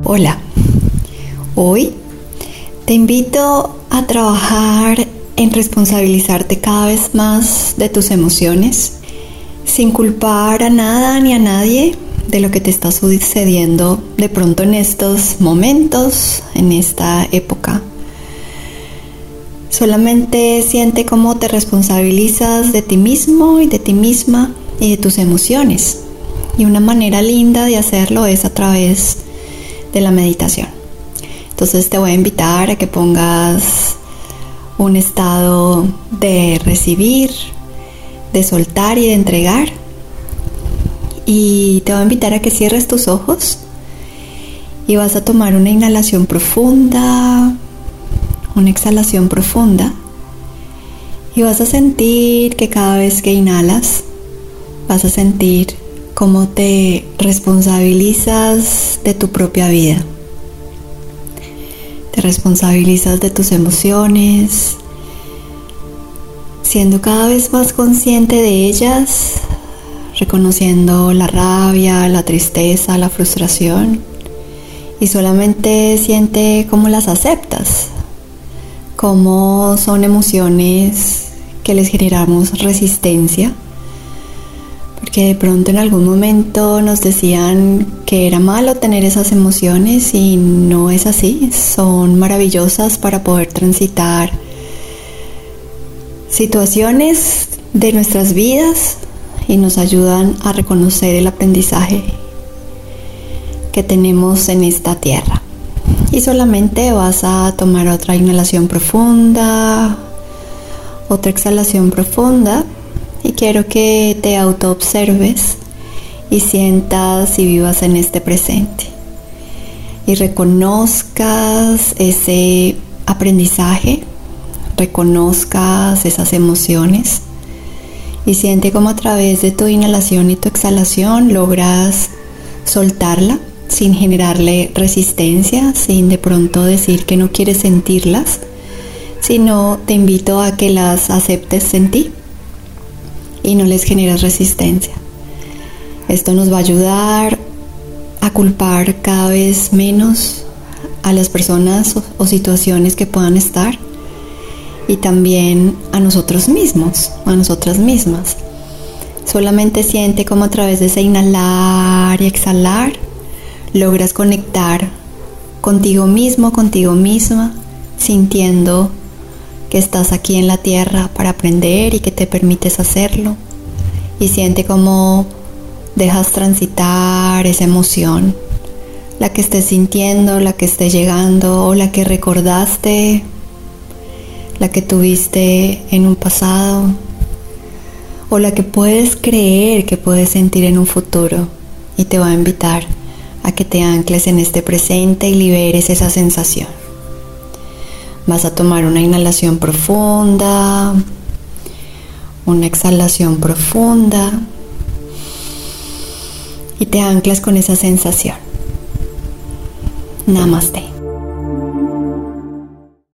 Hola, hoy te invito a trabajar en responsabilizarte cada vez más de tus emociones, sin culpar a nada ni a nadie de lo que te está sucediendo de pronto en estos momentos, en esta época. Solamente siente cómo te responsabilizas de ti mismo y de ti misma y de tus emociones. Y una manera linda de hacerlo es a través de la meditación. Entonces te voy a invitar a que pongas un estado de recibir, de soltar y de entregar. Y te voy a invitar a que cierres tus ojos y vas a tomar una inhalación profunda, una exhalación profunda, y vas a sentir que cada vez que inhalas vas a sentir cómo te responsabilizas de tu propia vida. Te responsabilizas de tus emociones, siendo cada vez más consciente de ellas, reconociendo la rabia, la tristeza, la frustración, y solamente siente cómo las aceptas, cómo son emociones que les generamos resistencia, porque de pronto en algún momento nos decían que era malo tener esas emociones y no es así. Son maravillosas para poder transitar situaciones de nuestras vidas y nos ayudan a reconocer el aprendizaje que tenemos en esta tierra. Y solamente vas a tomar otra inhalación profunda, otra exhalación profunda, y quiero que te autoobserves y sientas y vivas en este presente y reconozcas ese aprendizaje, reconozcas esas emociones y siente cómo a través de tu inhalación y tu exhalación logras soltarla sin generarle resistencia, sin de pronto decir que no quieres sentirlas, sino te invito a que las aceptes en ti y no les generes resistencia. Esto nos va a ayudar a culpar cada vez menos a las personas o situaciones que puedan estar, y también a nosotros mismos, a nosotras mismas. Solamente siente cómo a través de ese inhalar y exhalar logras conectar contigo mismo, contigo misma, sintiendo que estás aquí en la tierra para aprender y que te permites hacerlo. Y siente cómo dejas transitar esa emoción, la que estés sintiendo, la que esté llegando, o la que recordaste, la que tuviste en un pasado, o la que puedes creer que puedes sentir en un futuro. Y te voy a invitar a que te ancles en este presente y liberes esa sensación. Vas a tomar una inhalación profunda, una exhalación profunda, y te anclas con esa sensación. Namaste.